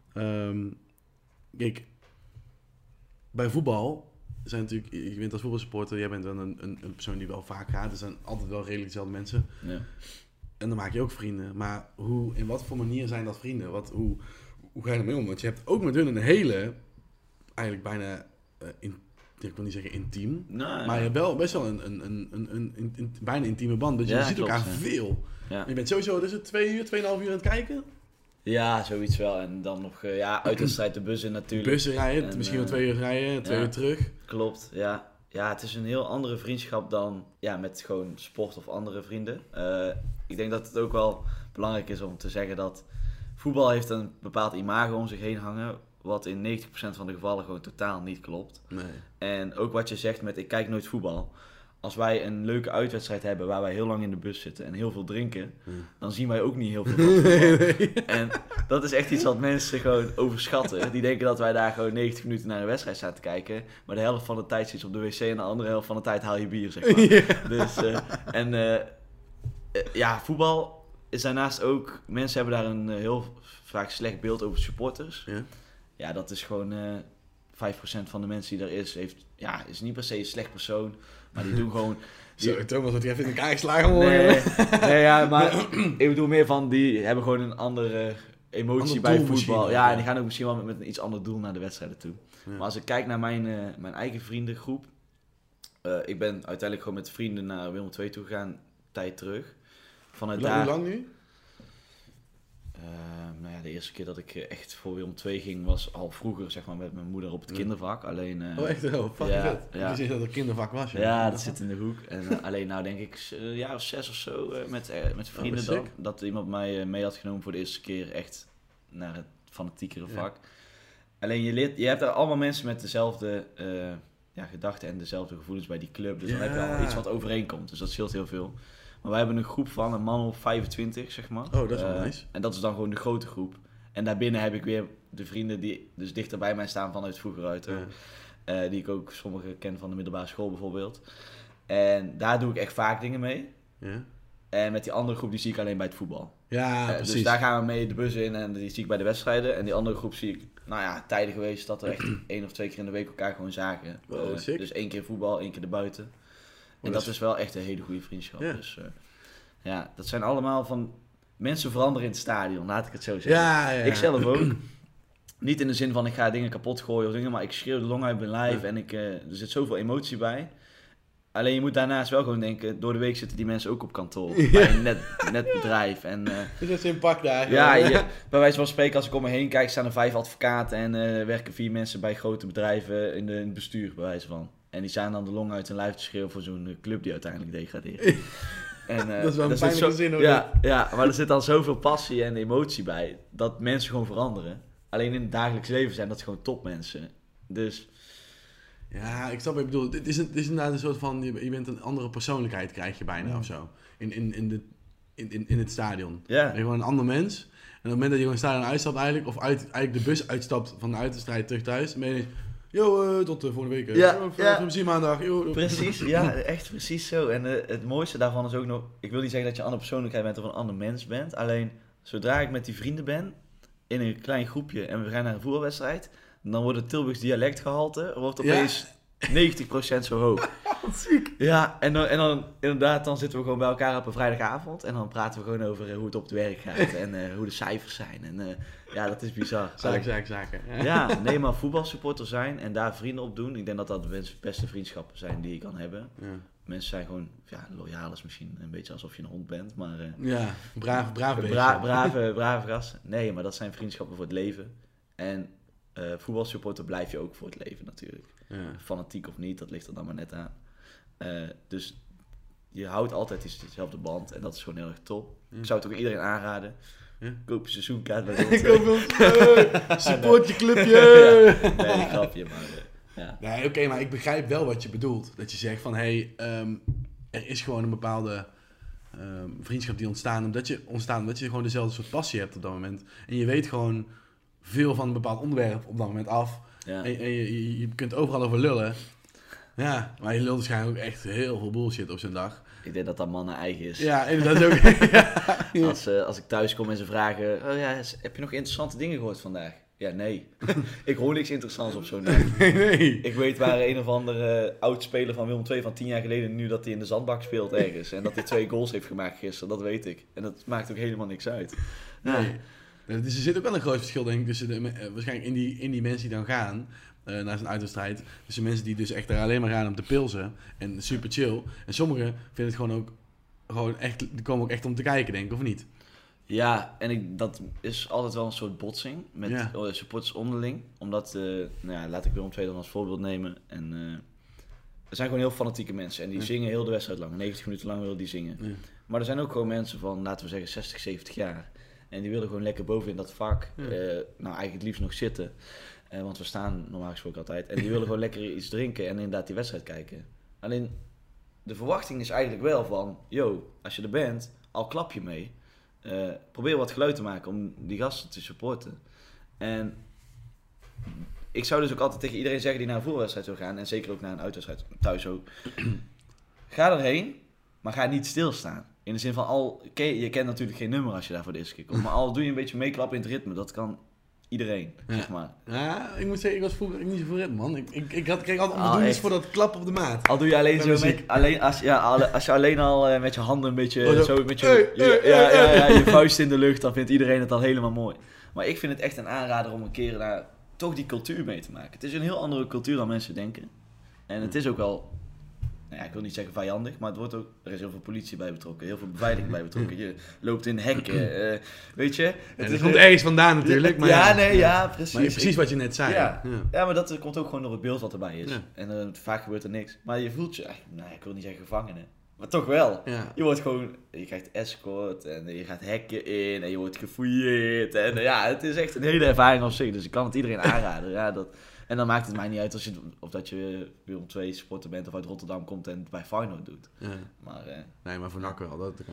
kijk, bij voetbal zijn natuurlijk... Je bent als voetbalsupporter, jij bent dan een persoon die wel vaak gaat. Er zijn altijd wel redelijk dezelfde mensen. Ja. En dan maak je ook vrienden. Maar in wat voor manier zijn dat vrienden? Hoe ga je ermee om? Want je hebt ook met hun een hele... Eigenlijk bijna... ik wil niet zeggen intiem, maar je hebt wel best wel een bijna intieme band. Dus je ziet elkaar veel. Ja. Je bent sowieso, dus het 2 uur, 2,5 uur aan het kijken? Ja, zoiets wel. En dan nog uit de strijd de bussen natuurlijk. Bussen rijden, en, misschien wel 2 uur rijden, 2 uur terug. Klopt, ja. Ja, het is een heel andere vriendschap dan met gewoon sport of andere vrienden. Ik denk dat het ook wel belangrijk is om te zeggen dat voetbal heeft een bepaald imago om zich heen hangen, wat in 90% van de gevallen gewoon totaal niet klopt. Nee. En ook wat je zegt met ik kijk nooit voetbal. Als wij een leuke uitwedstrijd hebben waar wij heel lang in de bus zitten en heel veel drinken, dan zien wij ook niet heel veel van voetbal. Nee. En dat is echt iets wat mensen gewoon overschatten. Die denken dat wij daar gewoon 90 minuten naar een wedstrijd staan te kijken, maar de helft van de tijd zit je op de wc en de andere helft van de tijd haal je bier, zeg maar. Dus, voetbal is daarnaast ook, mensen hebben daar een heel vaak slecht beeld over supporters. Ja. Ja, dat is gewoon 5% van de mensen die er is niet per se een slecht persoon, maar die doen gewoon... Zo, Thomas, wat je even in elkaar geslagen worden. Nee, maar ik bedoel meer van, die hebben gewoon een andere emotie bij voetbal. Ja, en die gaan ook misschien wel met een iets ander doel naar de wedstrijden toe. Ja. Maar als ik kijk naar mijn eigen vriendengroep, ik ben uiteindelijk gewoon met vrienden naar Willem II toe gegaan, tijd terug. Hoe lang nu? De eerste keer dat ik echt voor Willem II ging was al vroeger, zeg maar, met mijn moeder op het kindervak. Alleen, echt wel? Fucking vet. Ja. Je zegt dat het kindervak was. Ja, dat zit in de hoek. En alleen nou denk ik een jaar of 6 of zo met vrienden dan. Dat iemand mij mee had genomen voor de eerste keer echt naar het fanatiekere vak. Alleen je hebt daar allemaal mensen met dezelfde gedachten en dezelfde gevoelens bij die club. Dus dan heb je al iets wat overeenkomt. Dus dat scheelt heel veel. Maar wij hebben een groep van een man of 25, zeg maar. Oh, dat is wel nice. En dat is dan gewoon de grote groep. En daarbinnen heb ik weer de vrienden die dus dichter bij mij staan vanuit vroeger uit. Ja. Die ik ook sommigen ken van de middelbare school bijvoorbeeld. En daar doe ik echt vaak dingen mee. Ja. En met die andere groep die zie ik alleen bij het voetbal. Ja, precies. Dus daar gaan we mee de bus in en die zie ik bij de wedstrijden. En die andere groep zie ik, tijden geweest dat we echt 1 of 2 keer in de week elkaar gewoon zagen. Dus 1 keer voetbal, 1 keer erbuiten. En dat is wel echt een hele goede vriendschap. Ja. Dus dat zijn allemaal van... Mensen veranderen in het stadion, laat ik het zo zeggen. Ja. Ik zelf ook. Niet in de zin van ik ga dingen kapot gooien of dingen, maar ik schreeuw de long uit mijn lijf en er zit zoveel emotie bij. Alleen je moet daarnaast wel gewoon denken, door de week zitten die mensen ook op kantoor. Bij een net bedrijf. En, dus dat is een pak daar. Bij wijze van spreken, als ik om me heen kijk, staan er 5 advocaten en werken 4 mensen bij grote bedrijven in het bestuur, bij wijze van. En die staan dan de long uit hun lijf te schreeuwen voor zo'n club die uiteindelijk degradeert. En, dat is wel een pijnlijke zin hoor. Ja, maar er zit dan zoveel passie en emotie bij, dat mensen gewoon veranderen. Alleen in het dagelijks leven zijn dat gewoon topmensen. Dus... Ja, ik snap wat je bedoelt. Het is inderdaad een soort van, je bent een andere persoonlijkheid krijg je bijna of zo. In het stadion. Ja. Ben je gewoon een ander mens. En op het moment dat je gewoon het stadion uitstapt eigenlijk, of eigenlijk de bus uitstapt van de uitwedstrijd terug thuis, dan ben je tot de volgende week. We zien maandag. Precies, ja, echt precies zo. En het mooiste daarvan is ook nog, ik wil niet zeggen dat je een andere persoonlijkheid bent of een ander mens bent, alleen zodra ik met die vrienden ben, in een klein groepje en we gaan naar een voetbalwedstrijd, dan wordt het Tilburgs dialectgehalte wordt opeens 90% zo hoog. Wat ziek. Ja, en dan inderdaad, dan zitten we gewoon bij elkaar op een vrijdagavond en dan praten we gewoon over hoe het op het werk gaat en hoe de cijfers zijn. En ja, dat is bizar. Zaken. Ja, nee, maar voetbalsupporter zijn en daar vrienden op doen, ik denk dat dat de beste vriendschappen zijn die je kan hebben. Ja. Mensen zijn gewoon, loyaal is misschien een beetje alsof je een hond bent, maar... brave gasten. Nee, maar dat zijn vriendschappen voor het leven. En voetbalsupporter blijf je ook voor het leven natuurlijk. Ja. Fanatiek of niet, dat ligt er dan maar net aan. Dus je houdt altijd dezelfde band en dat is gewoon heel erg top. Ja. Ik zou het ook iedereen aanraden. Ja. Koop een seizoenkaart bij ons. Support je clubje! Nee, grapje, maar... Ja. Nee, oké, maar ik begrijp wel wat je bedoelt. Dat je zegt van, er is gewoon een bepaalde vriendschap die ontstaan omdat je gewoon dezelfde soort passie hebt op dat moment. En je weet gewoon veel van een bepaald onderwerp op dat moment af. Ja. En je kunt overal over lullen. Ja, maar je lult waarschijnlijk ook echt heel veel bullshit op zo'n dag. Ik denk dat dat mannen eigen is. Ja, dat is ook. Als ik thuis kom en ze vragen, heb je nog interessante dingen gehoord vandaag? Ja, nee. Ik hoor niks interessants op zo'n dag. Nee. Ik weet waar een of andere oud-speler van Willem II van 10 jaar geleden nu dat hij in de zandbak speelt ergens. En dat hij 2 goals heeft gemaakt gisteren, dat weet ik. En dat maakt ook helemaal niks uit. Nee. Dus er zit ook wel een groot verschil denk ik tussen waarschijnlijk in die mensen die dan gaan naar zo'n uitwedstrijd. Tussen mensen die dus echt daar alleen maar gaan om te pilsen en super chill. En sommigen vinden het gewoon echt, die komen ook echt om te kijken denk ik, of niet? Ja, en dat is altijd wel een soort botsing met supporters onderling. Omdat, laat ik Willem II dan als voorbeeld nemen. En er zijn gewoon heel fanatieke mensen. En die zingen heel de wedstrijd lang. 90 minuten lang willen die zingen. Ja. Maar er zijn ook gewoon mensen van, laten we zeggen, 60, 70 jaar. En die willen gewoon lekker boven in dat vak. Ja. Eigenlijk het liefst nog zitten. Want we staan normaal gesproken altijd. En die willen gewoon lekker iets drinken en inderdaad die wedstrijd kijken. Alleen, de verwachting is eigenlijk wel van, als je er bent, al klap je mee. Probeer wat geluid te maken om die gasten te supporten. En ik zou dus ook altijd tegen iedereen zeggen die naar een voetbalwedstrijd wil gaan, en zeker ook naar een uitwedstrijd, thuis ook. Ga erheen, maar ga niet stilstaan. In de zin van, je kent natuurlijk geen nummer als je daar voor de eerste keer komt, maar al doe je een beetje meeklappen in het ritme, dat kan iedereen, zeg maar. Ja, ik moet zeggen, ik was vroeger niet zo voor ritme, man. Ik kreeg altijd onvoldoendes voor dat klap op de maat. Al doe je alleen als je alleen al met je handen een beetje zo met je vuist in de lucht, dan vindt iedereen het al helemaal mooi. Maar ik vind het echt een aanrader om een keer daar toch die cultuur mee te maken. Het is een heel andere cultuur dan mensen denken. En het is ook wel, ik wil niet zeggen vijandig, maar er is heel veel politie bij betrokken, heel veel beveiliging bij betrokken. Je loopt in hekken, weet je. Het komt ergens vandaan natuurlijk. Maar precies. Maar precies wat je net zei. Ja, maar dat komt ook gewoon door het beeld wat erbij is. Ja. En vaak gebeurt er niks. Maar je voelt je eigenlijk, ik wil niet zeggen gevangene, maar toch wel. Ja. Je krijgt escort en je gaat hekken in en je wordt gefouilleerd. En het is echt een hele ervaring op zich. Dus ik kan het iedereen aanraden. En dan maakt het mij niet uit of dat je Willem II supporter bent of uit Rotterdam komt en het bij Feyenoord doet. Ja. Maar voor NAC wel, dat kan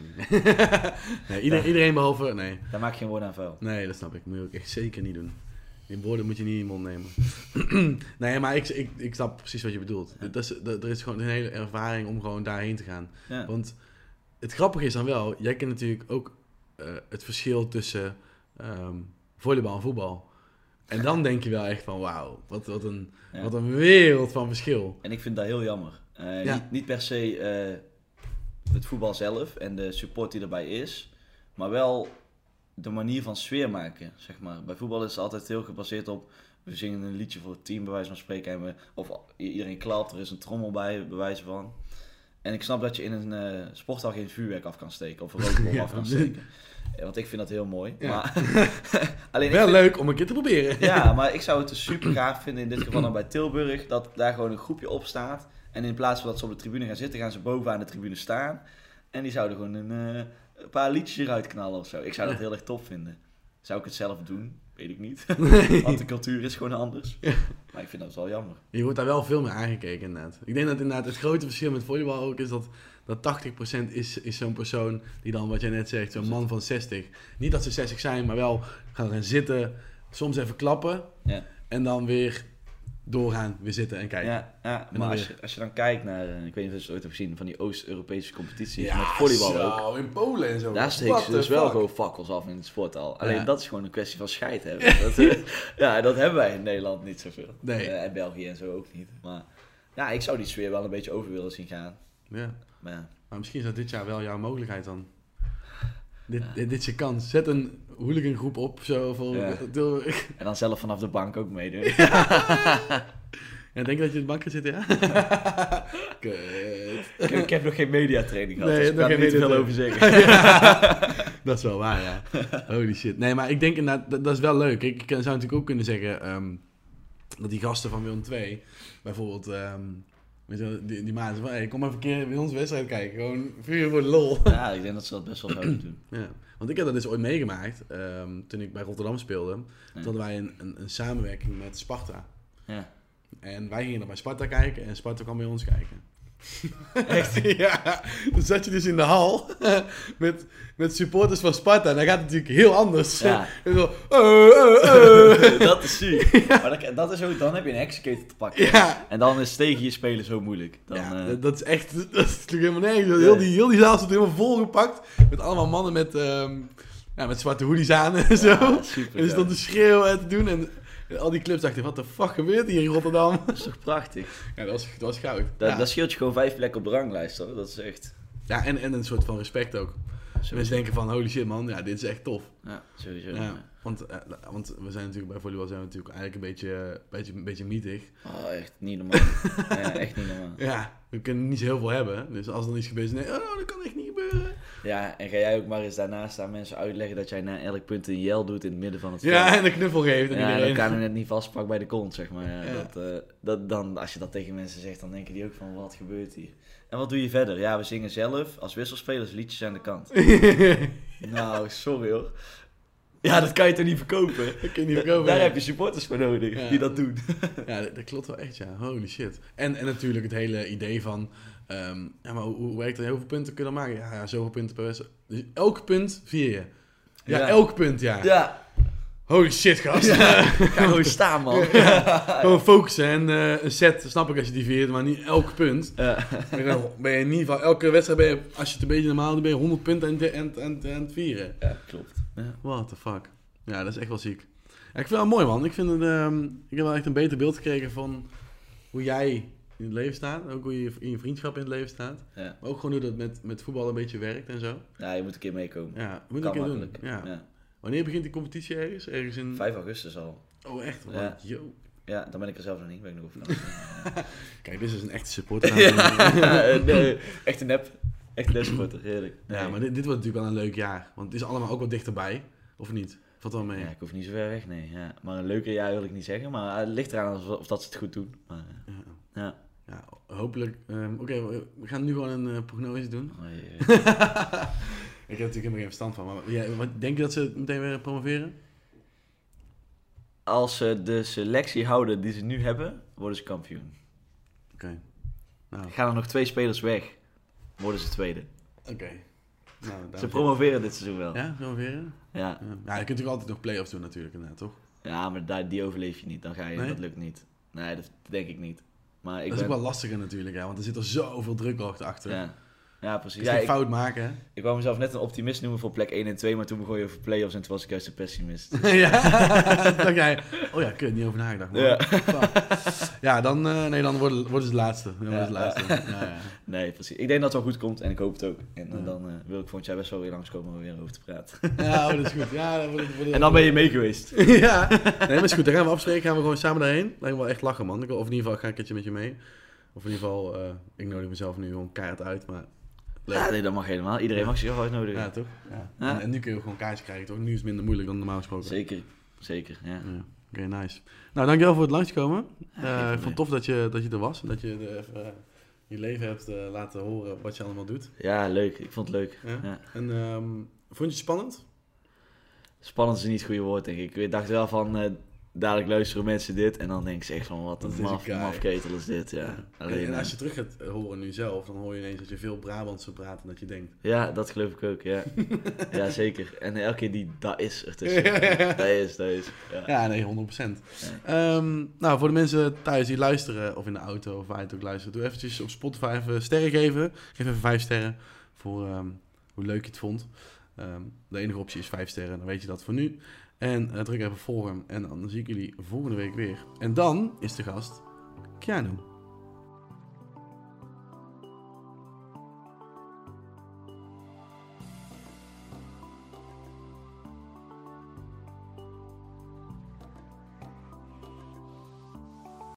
niet. Iedereen behalve, nee. Daar maak je geen woorden aan vuil. Nee, dat snap ik. Moet je ook echt zeker niet doen. Die woorden moet je niet in je mond nemen. Nee, maar ik snap precies wat je bedoelt. Ja. Er is gewoon een hele ervaring om gewoon daarheen te gaan. Ja. Want het grappige is dan wel, jij kent natuurlijk ook het verschil tussen volleybal en voetbal. En dan denk je wel echt van wauw, wat een wereld van verschil. En ik vind dat heel jammer. Niet per se het voetbal zelf en de support die erbij is, maar wel de manier van sfeer maken, zeg maar. Bij voetbal is het altijd heel gebaseerd op, we zingen een liedje voor het team, bij wijze van spreken, of iedereen klapt, er is een trommel bij wijze van. En ik snap dat je in een sporthal geen vuurwerk af kan steken of een rookbom af kan steken. Want ik vind dat heel mooi. Ja. Maar alleen Wel leuk om een keer te proberen. Ja, maar ik zou het dus super gaaf vinden in dit geval dan bij Tilburg, dat daar gewoon een groepje op staat. En in plaats van dat ze op de tribune gaan zitten, gaan ze bovenaan de tribune staan. En die zouden gewoon een paar liedjes eruit knallen of zo. Ik zou dat heel erg tof vinden. Zou ik het zelf doen? Weet ik niet. Want de cultuur is gewoon anders. Ja. Maar ik vind dat wel jammer. Je wordt daar wel veel meer aangekeken inderdaad. Ik denk dat inderdaad het grote verschil met volleybal ook is dat 80% is zo'n persoon die dan, wat jij net zegt, zo'n man van 60. Niet dat ze 60 zijn, maar wel gaan zitten, soms even klappen. Ja. En dan weer doorgaan, weer zitten en kijken. Ja, maar als je dan kijkt naar, ik weet niet of je het ooit hebt gezien, van die Oost-Europese competities Ja, met volleybal zo, ook. in Polen en zo. Daar steken ze dus wel gewoon fakkels af in het sporthal. Alleen Ja. dat is gewoon een kwestie van scheid hebben. Dat hebben wij in Nederland niet zoveel. Nee. En België en zo ook niet. Maar ja, ik zou die sfeer wel een beetje over willen zien gaan. Ja. Maar ja. Maar misschien is dat dit jaar wel jouw mogelijkheid dan. Dit is je kans. Zet een hooligangroep op zo. Voor Ja. Tilburg. En dan zelf vanaf de bank ook meedoen. Ja, denk je dat je in de bank gaat zitten, ja? Kut. Ik heb nog geen mediatraining gehad, Nee, dus ik nog kan er geen niet veel mediatraining. over zeggen. Ja. Dat is wel waar, ja. Holy shit. Nee, maar ik denk inderdaad, dat is wel leuk. Ik zou natuurlijk ook kunnen zeggen dat die gasten van Willem II, bijvoorbeeld, weet je wel, die maat van, hey, kom maar even een keer bij onze wedstrijd kijken. Gewoon vuur voor de lol. Ja, ik denk dat ze dat best wel zouden doen. Ja. Want ik heb dat dus ooit meegemaakt, toen ik bij Rotterdam speelde. Toen hadden wij een samenwerking met Sparta. Ja. En wij gingen dan bij Sparta kijken en Sparta kwam bij ons kijken. Echt? Ja. Dan zat je dus in de hal met supporters van Sparta. En dan gaat het natuurlijk heel anders. Ja. En zo, Dat is ziek. Maar dat is ook, dan heb je een heksenketen te pakken. Ja. En dan is tegen je spelen zo moeilijk. Dan, Ja, dat is echt, dat is natuurlijk helemaal nergens. Heel die zaal stond helemaal volgepakt met allemaal mannen met zwarte hoodies aan en zo. Ja, super. En die stond te schreeuwen en te doen. En al die clubs dachten, wat de fuck gebeurt hier in Rotterdam? Dat is toch prachtig? Ja, dat was goud. Dat scheelt je gewoon 5 plekken op de ranglijst, hoor. Dat is echt... Ja, en een soort van respect ook. Mensen denken van, holy shit man, ja, dit is echt tof. Ja, sowieso. Ja, want we zijn natuurlijk bij volleybal eigenlijk eigenlijk een beetje mietig. Oh, echt niet normaal. Ja, echt niet normaal. Ja, we kunnen niet zo heel veel hebben. Dus als er dan iets gebeurt, nee, dat kan echt niet gebeuren. Ja, en ga jij ook maar eens daarnaast aan mensen uitleggen dat jij na elk punt een yell doet in het midden van het veld. Ja, en een knuffel geeft en Ja, iedereen. dat kan er net niet vastpakt bij de kont, zeg maar. Ja, Ja. Dan, als je dat tegen mensen zegt, dan denken die ook van, wat gebeurt hier? En wat doe je verder? Ja, we zingen zelf als wisselspelers liedjes aan de kant. Nou, sorry hoor. Ja, dat kan je toch niet verkopen? Dat kun je niet verkopen. Daar heb je supporters voor nodig, die dat doen. Ja, dat klopt wel echt, ja. Holy shit. En natuurlijk het hele idee van... ja, maar hoe werkt dat? Hoeveel punten kun je dan maken? Ja, zoveel punten per wedstrijd. Dus elk punt vier je. Ja, elk punt, ja. Ja. Holy shit, gast. Ga gewoon staan, man. Gewoon focussen en een set, snap ik als je die viert, maar niet elk punt. Ja. Ben je in ieder geval, elke wedstrijd ben je, als je het een beetje normaal doet, ben je 100 punten aan het vieren. Ja, klopt. Ja. What the fuck. Ja, dat is echt wel ziek. Ja, ik vind het wel mooi, man. Ik heb wel echt een beter beeld gekregen van hoe jij in het leven staat. Ook hoe je in je vriendschap in het leven staat. Ja. Maar ook gewoon hoe dat met voetbal een beetje werkt en zo. Ja, je moet een keer meekomen. Ja, moet Kan ik een keer doen. makkelijk. Ja. Ja. Wanneer begint die competitie ergens? Ergens in... 5 augustus al. Oh, echt? Ja. Ja. Yo. Ja, dan ben ik er zelf nog niet. Ben ik nog op vakantie. Kijk, dit is een echte supporter. Nee, echt een nep. Echt een supporter, heerlijk. Nee. Ja, maar dit wordt natuurlijk wel een leuk jaar. Want het is allemaal ook wat dichterbij. Of niet? Valt wel mee? Ja, ik hoef niet zo ver weg, nee. Ja. Maar een leuker jaar wil ik niet zeggen. Maar het ligt eraan of dat ze het goed doen. Maar, Ja. ja. Ja, hopelijk. Oké, we gaan nu gewoon een prognose doen. Oh, jee. Ik heb natuurlijk helemaal geen verstand van. Maar wat, denk je dat ze meteen weer promoveren? Als ze de selectie houden die ze nu hebben, worden ze kampioen. Oké. Nou, Gaan er nog 2 spelers weg, worden ze tweede. oké. Nou, Ze promoveren dit seizoen wel. Ja, promoveren? Ja, Ja, je kunt natuurlijk altijd nog play-offs doen natuurlijk, inderdaad, toch? ja maar die overleef je niet. Dan ga je, Nee? dat lukt niet. Nee, dat denk ik niet. Maar ik Dat is ook wel lastiger natuurlijk, ja, want er zit er zoveel druk achter. Ja, precies. Je Ja, geen ik, fout maken, hè? ik wou mezelf net een optimist noemen voor plek 1 en 2, maar toen begon je over play-offs en toen was ik juist een pessimist. Ja, dacht jij, oh ja, kut, niet over nagedacht. Man. Ja. Ja, dan worden ze het laatste. Dan worden ze het laatste. Ja. Nee, precies. Ik denk dat het wel goed komt en ik hoop het ook. En dan wil ik volgend jaar best wel weer langskomen om er weer over te praten. Ja, dat is goed. Ja, En dan ben je mee geweest. Ja, nee, maar is goed. Dan gaan we afspreken. Gaan we gewoon samen daarheen. Lijkt me wel echt lachen, man. Of in ieder geval ga ik een keertje met je mee. Of in ieder geval, ik nodig mezelf nu gewoon keihard uit, maar... Leuk. Ja, nee, dat mag helemaal. Iedereen mag zichzelf uitnodigen. Ja, toch? Ja. Ja. En nu kun je gewoon kaartjes krijgen, toch? Nu is het minder moeilijk dan normaal gesproken. Zeker, ja. Oké, nice. Nou, dankjewel voor het langskomen. Ja, Ik vond het tof dat je er was. En dat je even je leven hebt laten horen wat je allemaal doet. Ja, leuk. Ik vond het leuk. Ja. Ja. En vond je het spannend? Spannend is niet het goede woord, denk ik. Ik dacht wel van, dadelijk luisteren mensen dit en dan denk ik echt van, wat een mafketel is dit. Ja. Alleen, en als je terug gaat horen nu zelf, dan hoor je ineens dat je veel Brabants zou praten en dat je denkt... Ja, dat geloof ik ook, ja. Ja, zeker. En elke keer die, dat is ertussen. Dat is. Ja, nee, 100%. Nou, voor de mensen thuis die luisteren, of in de auto, of waar je het ook luistert, doe eventjes op Spotify even sterren geven. Geef even 5 sterren voor hoe leuk je het vond. De enige optie is 5 sterren, dan weet je dat voor nu. En druk even volgen en dan zie ik jullie volgende week weer. En dan is de gast Keanu.